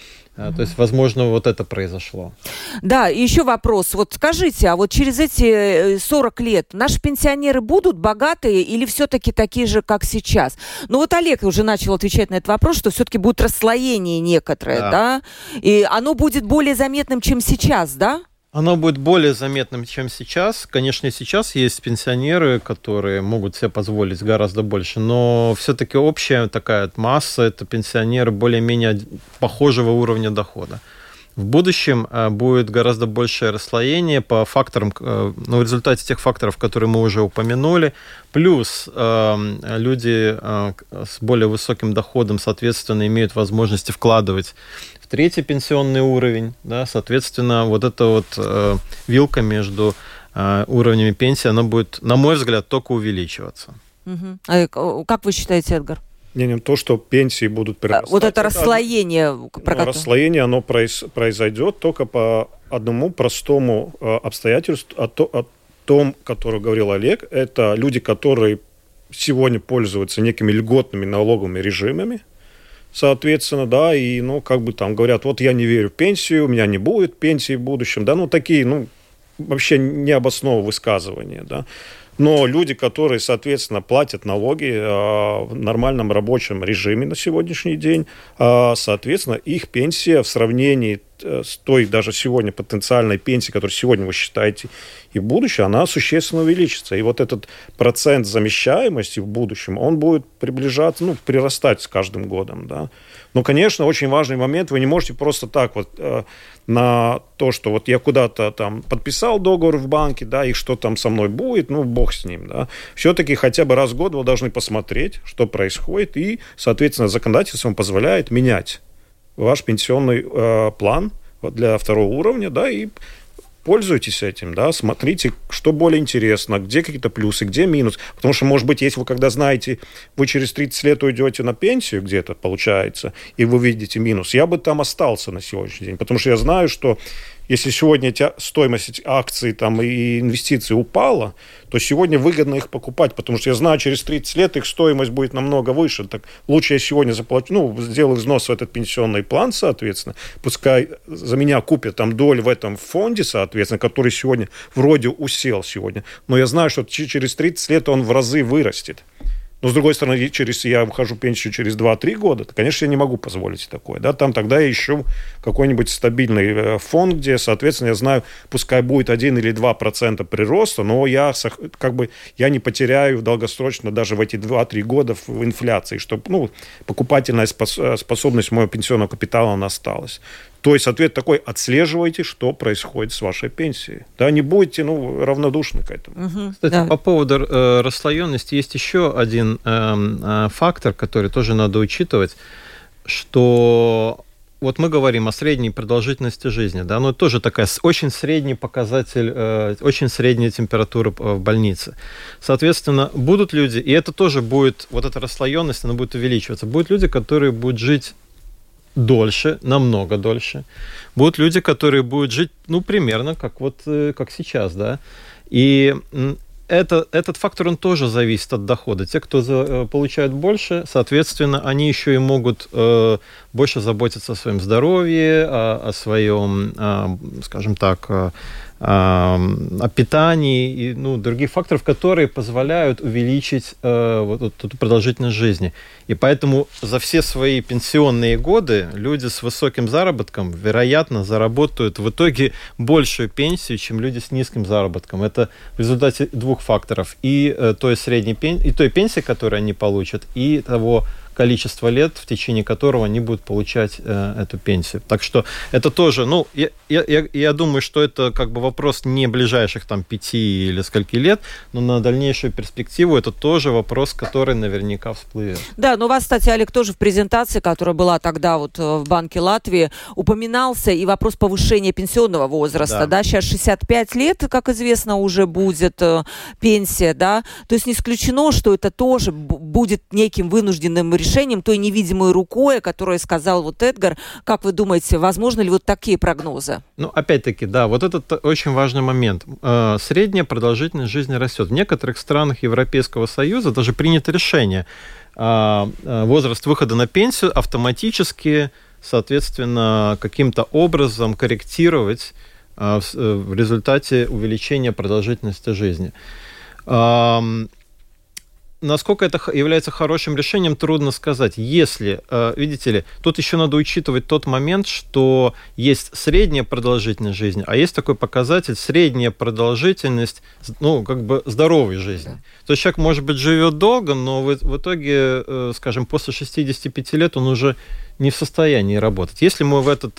То есть, возможно, вот это произошло. Да, и еще вопрос. Вот скажите, а вот через эти сорок лет наши пенсионеры будут богатые или все-таки такие же, как сейчас? Ну вот Олег уже начал отвечать на этот вопрос, что все-таки будет расслоение некоторое, да? да? И оно будет более заметным, чем сейчас, да? Оно будет более заметным, чем сейчас. Конечно, и сейчас есть пенсионеры, которые могут себе позволить гораздо больше, но все-таки общая такая масса – это пенсионеры более-менее похожего уровня дохода. В будущем будет гораздо большее расслоение по факторам, ну, в результате тех факторов, которые мы уже упомянули, плюс э, люди э, с более высоким доходом, соответственно, имеют возможности вкладывать в третий пенсионный уровень, да, соответственно, вот эта вот э, вилка между э, уровнями пенсии, она будет, на мой взгляд, только увеличиваться. Угу. А как вы считаете, Эдгар? Не, не то, что пенсии будут прирастать. Вот это расслоение. Ну, расслоение, оно произ, произойдет только по одному простому э, обстоятельству, о, то, о том, которое говорил Олег. Это люди, которые сегодня пользуются некими льготными налоговыми режимами. Соответственно, да, и, ну, как бы там говорят, вот я не верю в пенсию, у меня не будет пенсии в будущем, да, ну, такие, ну, вообще необоснованные высказывания, да. Но люди, которые, соответственно, платят налоги э, в нормальном рабочем режиме на сегодняшний день, э, соответственно, их пенсия в сравнении э, с той даже сегодня потенциальной пенсией, которую сегодня вы считаете, и в будущем, она существенно увеличится. И вот этот процент замещаемости в будущем, он будет приближаться, ну, прирастать с каждым годом, да. Но, конечно, очень важный момент, вы не можете просто так вот э, на то, что вот я куда-то там подписал договор в банке, да, и что там со мной будет, ну, бог с ним, да. Все-таки хотя бы раз в год вы должны посмотреть, что происходит, и, соответственно, законодательство вам позволяет менять ваш пенсионный э, план для второго уровня, да, и пользуйтесь этим, да, смотрите, что более интересно, где какие-то плюсы, где минус. Потому что, может быть, если вы когда знаете, вы через тридцать лет уйдете на пенсию где-то, получается, и вы видите минус, я бы там остался на сегодняшний день. Потому что я знаю, что если сегодня стоимость акций там, и инвестиций упала, то сегодня выгодно их покупать, потому что я знаю, через тридцать лет их стоимость будет намного выше. Так лучше я сегодня заплачу, ну, сделаю взнос в этот пенсионный план, соответственно, пускай за меня купят там долю в этом фонде, соответственно, который сегодня вроде усел сегодня, но я знаю, что через тридцать лет он в разы вырастет. Но, с другой стороны, через, я выхожу в пенсию через два-три года, то, конечно, я не могу позволить такое. Да? Там тогда я ищу какой-нибудь стабильный фонд, где, соответственно, я знаю, пускай будет один или два процента прироста, но я, как бы, я не потеряю долгосрочно даже в эти два-три года в инфляции, чтобы, ну, покупательная способность моего пенсионного капитала она осталась. То есть ответ такой: отслеживайте, что происходит с вашей пенсией. Да, не будете, ну, равнодушны к этому. Угу, Кстати, да. по поводу э, расслоенности есть еще один э, фактор, который тоже надо учитывать, что вот мы говорим о средней продолжительности жизни, да, но это тоже такая очень средний показатель, э, очень средняя температура в больнице. Соответственно, будут люди, и это тоже будет, вот эта расслоенность, она будет увеличиваться, будут люди, которые будут жить дольше, намного дольше. Будут люди, которые будут жить, ну, примерно как вот как сейчас, да. И это, этот фактор, он тоже зависит от дохода. Те, кто за, получают больше, соответственно, они еще и могут э, больше заботиться о своем здоровье, о, о своем, э, скажем так, о питании и ну, других факторов, которые позволяют увеличить э, вот, вот эту продолжительность жизни. И поэтому за все свои пенсионные годы люди с высоким заработком, вероятно, заработают в итоге большую пенсию, чем люди с низким заработком. Это в результате двух факторов. И, э, той, средней пен... и той пенсии, которую они получат, и того количество лет, в течение которого они будут получать э, эту пенсию. Так что это тоже, ну, я, я, я думаю, что это как бы вопрос не ближайших там пяти или скольки лет, но на дальнейшую перспективу это тоже вопрос, который наверняка всплывет. Да, но у вас, кстати, Олег, тоже в презентации, которая была тогда вот в Банке Латвии, упоминался и вопрос повышения пенсионного возраста, да, да? Сейчас шестьдесят пять лет, как известно, уже будет э, пенсия, да, то есть не исключено, что это тоже будет неким вынужденным решением, решением, той невидимой рукой, о которой сказал вот Эдгар. Как вы думаете, возможно ли вот такие прогнозы? Ну, опять-таки, да, вот это очень важный момент. Средняя продолжительность жизни растет. В некоторых странах Европейского Союза даже принято решение возраст выхода на пенсию автоматически, соответственно, каким-то образом корректировать в результате увеличения продолжительности жизни. Насколько это является хорошим решением, трудно сказать. Если, видите ли, тут еще надо учитывать тот момент, что есть средняя продолжительность жизни, а есть такой показатель средняя продолжительность, ну, как бы здоровой жизни. Да. То есть человек, может быть, живет долго, но в, в итоге, скажем, после шестидесяти пяти лет он уже не в состоянии работать. Если мы в, этот,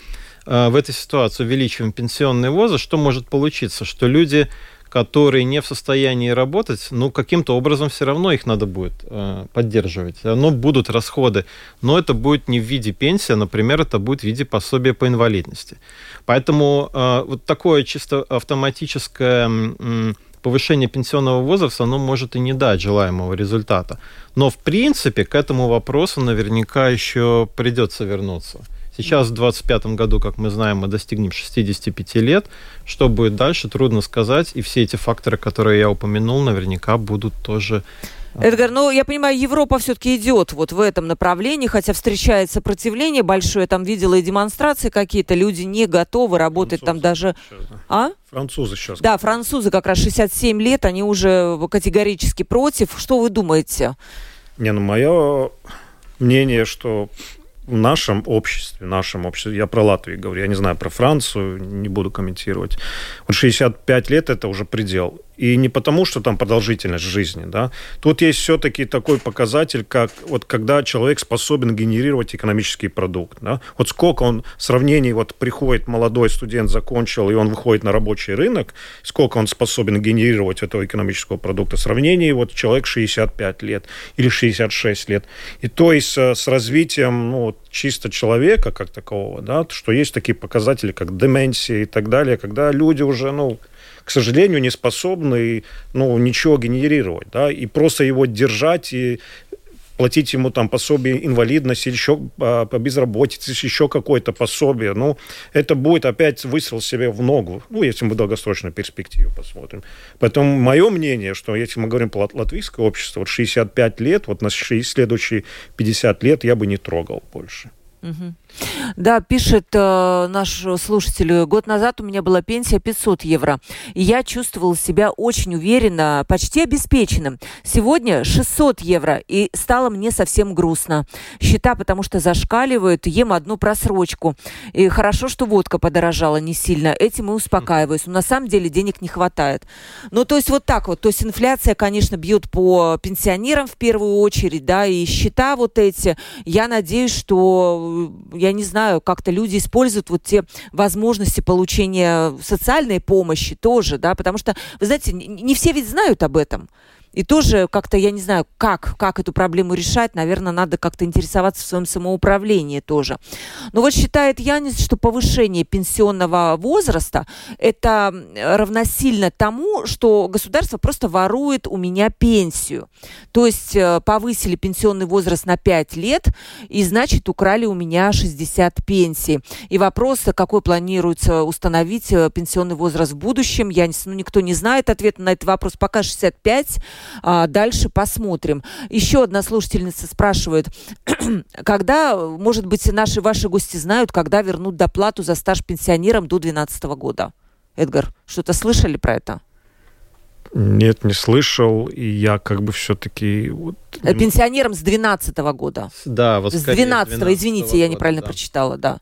в этой ситуации увеличиваем пенсионный возраст, что может получиться? Что люди, которые не в состоянии работать, ну, каким-то образом все равно их надо будет э, поддерживать. Но будут расходы, но это будет не в виде пенсии, а, например, это будет в виде пособия по инвалидности. Поэтому э, вот такое чисто автоматическое э, повышение пенсионного возраста, оно может и не дать желаемого результата. Но, в принципе, к этому вопросу наверняка еще придется вернуться. Сейчас в двадцать пятом году, как мы знаем, мы достигнем шестидесяти пяти лет. Что будет дальше, трудно сказать. И все эти факторы, которые я упомянул, наверняка будут тоже... Эдгар, ну, я понимаю, Европа все-таки идет вот в этом направлении, хотя встречает сопротивление большое. Я там видела и демонстрации какие-то. Люди не готовы работать французы там даже... Сейчас, да. А? Французы сейчас. Да, французы как раз шестьдесят семь лет, они уже категорически против. Что вы думаете? Не, ну, мое мнение, что... В нашем обществе, в нашем обществе, я про Латвию говорю, я не знаю про Францию, не буду комментировать. Вот шестьдесят пять лет – это уже предел. И не потому, что там продолжительность жизни, да. Тут есть все-таки такой показатель, как вот когда человек способен генерировать экономический продукт, да. Вот сколько он в сравнении, вот приходит молодой студент, закончил, и он выходит на рабочий рынок, сколько он способен генерировать этого экономического продукта в сравнении вот человек шестьдесят пять лет или шестьдесят шесть лет. И то есть с развитием, ну, вот, чисто человека как такового, да, что есть такие показатели, как деменция и так далее, когда люди уже, ну, к сожалению, не способны, ну, ничего генерировать, да, и просто его держать и платить ему там пособие инвалидности, еще по безработице, еще какое-то пособие, ну, это будет опять выстрел себе в ногу, ну, если мы долгосрочную перспективу посмотрим. Поэтому мое мнение, что если мы говорим про латвийское общество, вот шестьдесят пять лет, вот на следующие пятьдесят лет я бы не трогал больше. Угу. Да, пишет э, наш слушатель, год назад у меня была пенсия пятьсот евро, и я чувствовала себя очень уверенно, почти обеспеченным. Сегодня шестьсот евро, и стало мне совсем грустно. Счета потому что зашкаливают, ем одну просрочку. И хорошо, что водка подорожала не сильно, этим и успокаиваюсь. Но на самом деле денег не хватает. Ну, то есть вот так вот, то есть инфляция, конечно, бьет по пенсионерам в первую очередь, да, и счета вот эти. Я надеюсь, что... Я не знаю, как-то люди используют вот те возможности получения социальной помощи тоже, да, потому что, вы знаете, не все ведь знают об этом. И тоже как-то, я не знаю, как, как эту проблему решать. Наверное, надо как-то интересоваться в своем самоуправлении тоже. Но вот считает Янис, что повышение пенсионного возраста – это равносильно тому, что государство просто ворует у меня пенсию. То есть повысили пенсионный возраст на пять лет, и, значит, украли у меня шестьдесят пенсий. И вопрос, какой планируется установить пенсионный возраст в будущем, Янис, ну, никто не знает ответа на этот вопрос. Пока шестьдесят пять. А дальше посмотрим. Еще одна слушательница спрашивает, когда, может быть, наши ваши гости знают, когда вернут доплату за стаж пенсионерам до двенадцатого года? Эдгар, что-то слышали про это? Нет, не слышал, и я как бы все-таки... Вот... Пенсионерам с двенадцатого года. Да, вот с двенадцатого, извините, я неправильно да. прочитала, да.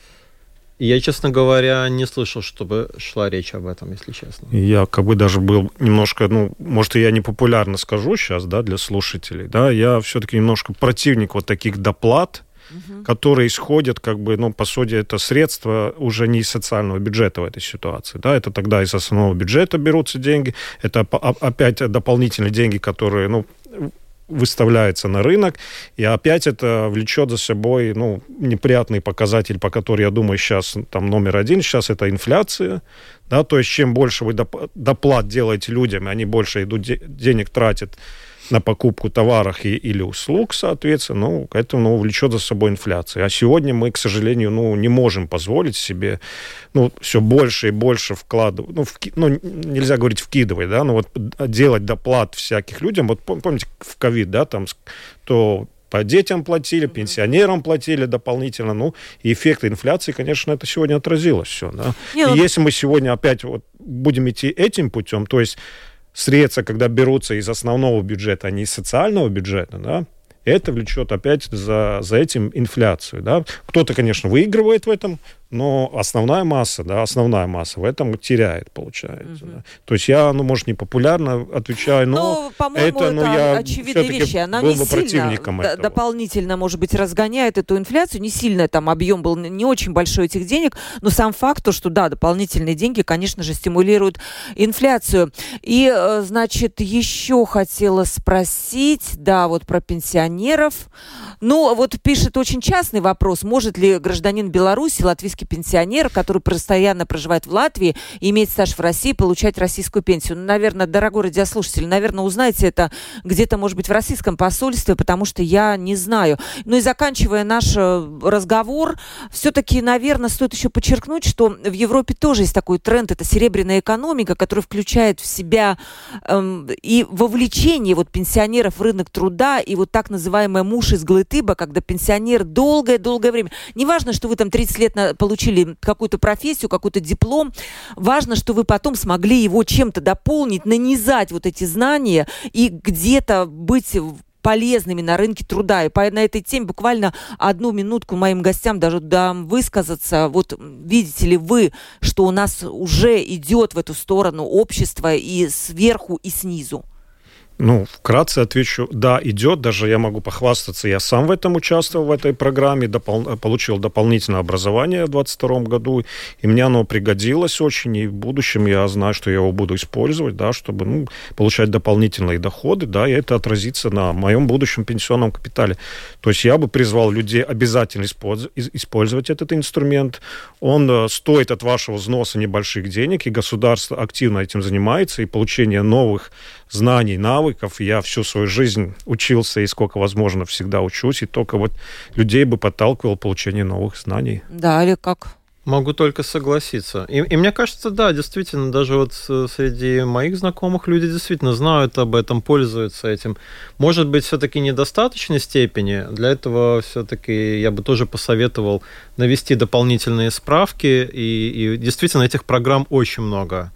Я, честно говоря, не слышал, чтобы шла речь об этом, если честно. Я как бы даже был немножко, ну, может, я не популярно скажу сейчас, да, для слушателей, да, я все-таки немножко противник вот таких доплат, угу. которые исходят, как бы, ну, по сути, это средства уже не из социального бюджета в этой ситуации, да, это тогда из основного бюджета берутся деньги, это опять дополнительные деньги, которые, ну, выставляется на рынок, и опять это влечет за собой, ну, неприятный показатель, по которому, я думаю, сейчас там номер один, сейчас это инфляция, да, то есть чем больше вы доплат делаете людям, они больше идут, денег тратят на покупку товаров и, или услуг, соответственно, ну, это, ну, влечет за собой инфляцию. А сегодня мы, к сожалению, ну, не можем позволить себе, ну, все больше и больше вкладывать, ну, вки, ну, нельзя говорить вкидывать, да, но вот делать доплат всяких людям, вот помните, в ковид, да, там, то по детям платили, пенсионерам платили дополнительно, ну, и эффект инфляции, конечно, это сегодня отразилось все, да. Не, и ну... если мы сегодня опять вот будем идти этим путем, то есть средства, когда берутся из основного бюджета, а не из социального бюджета, да, это влечет опять за, за этим инфляцию, да. Кто-то, конечно, выигрывает в этом, но основная масса, да, основная масса в этом теряет, получается. Mm-hmm. Да. То есть я, ну, может, не популярно отвечаю, но ну, по-моему, это, ну, это я очевидные вещи. Она был не бы сильно д- дополнительно, может быть, разгоняет эту инфляцию. Не сильно там объем был не очень большой этих денег, но сам факт, то, что, да, дополнительные деньги, конечно же, стимулируют инфляцию. И, значит, еще хотела спросить, да, вот про пенсионеров. Ну, вот пишет очень частный вопрос. Может ли гражданин Беларуси, латвийский пенсионер, который постоянно проживает в Латвии и имеет стаж в России, получать российскую пенсию? Ну, наверное, дорогой радиослушатель, наверное, узнаете это где-то, может быть, в российском посольстве, потому что я не знаю. Ну и заканчивая наш разговор, все-таки, наверное, стоит еще подчеркнуть, что в Европе тоже есть такой тренд, это серебряная экономика, которая включает в себя эм, и вовлечение вот пенсионеров в рынок труда, и вот так называемая муж из Глытыба, когда пенсионер долгое-долгое время, неважно, что вы там тридцать лет на, получили какую-то профессию, какой-то диплом, важно, что вы потом смогли его чем-то дополнить, нанизать вот эти знания и где-то быть полезными на рынке труда. И по, на этой теме буквально одну минутку моим гостям даже дам высказаться. Вот видите ли вы, что у нас уже идет в эту сторону общество и сверху, и снизу? Ну, вкратце отвечу, да, идет, даже я могу похвастаться, я сам в этом участвовал, в этой программе, допол- получил дополнительное образование в двадцать втором году, и мне оно пригодилось очень, и в будущем я знаю, что я его буду использовать, да, чтобы, ну, получать дополнительные доходы, да, и это отразится на моем будущем пенсионном капитале. То есть я бы призвал людей обязательно использовать, использовать этот инструмент, он стоит от вашего взноса небольших денег, и государство активно этим занимается, и получение новых знаний, навыков. Я всю свою жизнь учился, и сколько возможно всегда учусь, и только вот людей бы подталкивал получение новых знаний. Да, или как? Могу только согласиться. И, и мне кажется, да, действительно, даже вот среди моих знакомых люди действительно знают об этом, пользуются этим. Может быть, все-таки в недостаточной степени. Для этого все-таки я бы тоже посоветовал навести дополнительные справки. И, и действительно, этих программ очень много.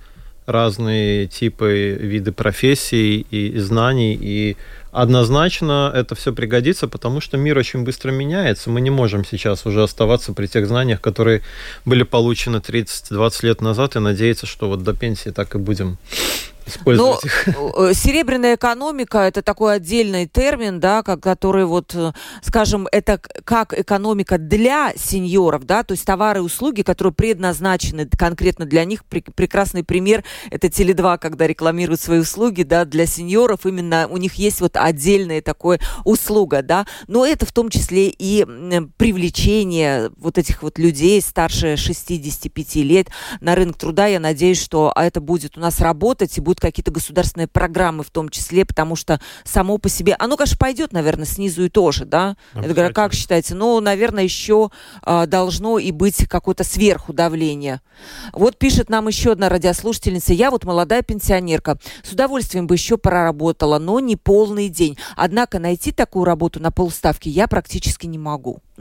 Разные типы, виды профессий и знаний, и однозначно это все пригодится, потому что мир очень быстро меняется. Мы не можем сейчас уже оставаться при тех знаниях, которые были получены тридцать-двадцать лет назад, и надеяться, что вот до пенсии так и будем использовать Но их. Серебряная экономика – это такой отдельный термин, да, который, вот, скажем, это как экономика для сеньоров, да, то есть товары и услуги, которые предназначены конкретно для них. Прекрасный пример – это Теле два, когда рекламируют свои услуги, да, для сеньоров, именно у них есть вот отдельная такая услуга, да, но это в том числе и привлечение вот этих вот людей старше шестидесяти пяти лет на рынок труда. Я надеюсь, что это будет у нас работать и будет какие-то государственные программы в том числе, потому что само по себе, оно, конечно, пойдет, наверное, снизу и тоже, да? Это, как считаете? Ну, наверное, еще а, должно и быть какое-то сверху давление. Вот пишет нам еще одна радиослушательница. Я вот молодая пенсионерка. С удовольствием бы еще проработала, но не полный день. Однако найти такую работу на полставки я практически не могу.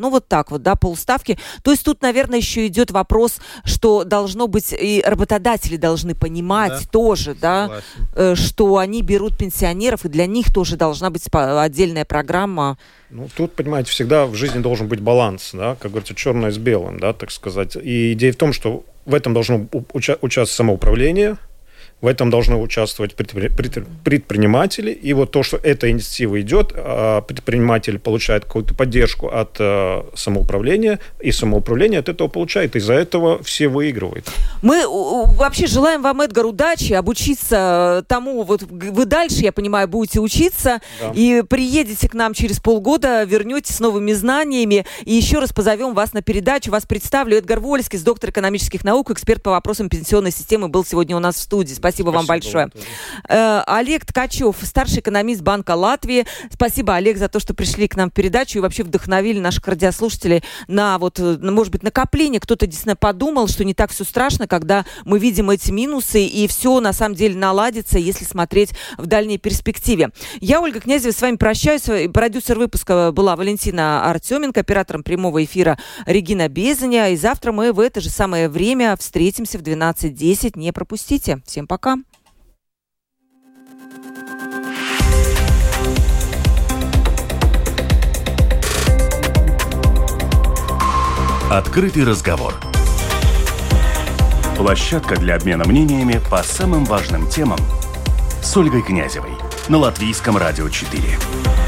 Ну, вот так вот, да, полставки. То есть тут, наверное, еще идет вопрос, что должно быть, и работодатели должны понимать да. тоже, да, э, что они берут пенсионеров, и для них тоже должна быть отдельная программа. Ну, тут, понимаете, всегда в жизни должен быть баланс, да, как говорится, черное с белым, да, так сказать. И идея в том, что в этом должно уча- участвовать самоуправление, в этом должны участвовать предприниматели. И вот то, что эта инициатива идет, предприниматель получает какую-то поддержку от самоуправления, и самоуправление от этого получает. Из-за этого все выигрывают. Мы вообще желаем вам, Эдгар, удачи, обучиться тому. Вот вы дальше, я понимаю, будете учиться, да. и приедете к нам через полгода, вернетесь с новыми знаниями. И еще раз позовем вас на передачу. Вас представлю. Эдгар Вольский, доктор экономических наук, эксперт по вопросам пенсионной системы, был сегодня у нас в студии. Спасибо. Спасибо вам большое. Э, Олег Ткачев, старший экономист Банка Латвии. Спасибо, Олег, за то, что пришли к нам в передачу и вообще вдохновили наших радиослушателей на, вот, может быть, накопление. Кто-то действительно подумал, что не так все страшно, когда мы видим эти минусы, и все на самом деле наладится, если смотреть в дальней перспективе. Я, Ольга Князева, с вами прощаюсь. Продюсер выпуска была Валентина Артеменко, оператором прямого эфира Регина Безаня. И завтра мы в это же самое время встретимся в двенадцать десять. Не пропустите. Всем пока. Пока. Открытый разговор. Площадка для обмена мнениями по самым важным темам с Ольгой Князевой на Латвийском радио четыре.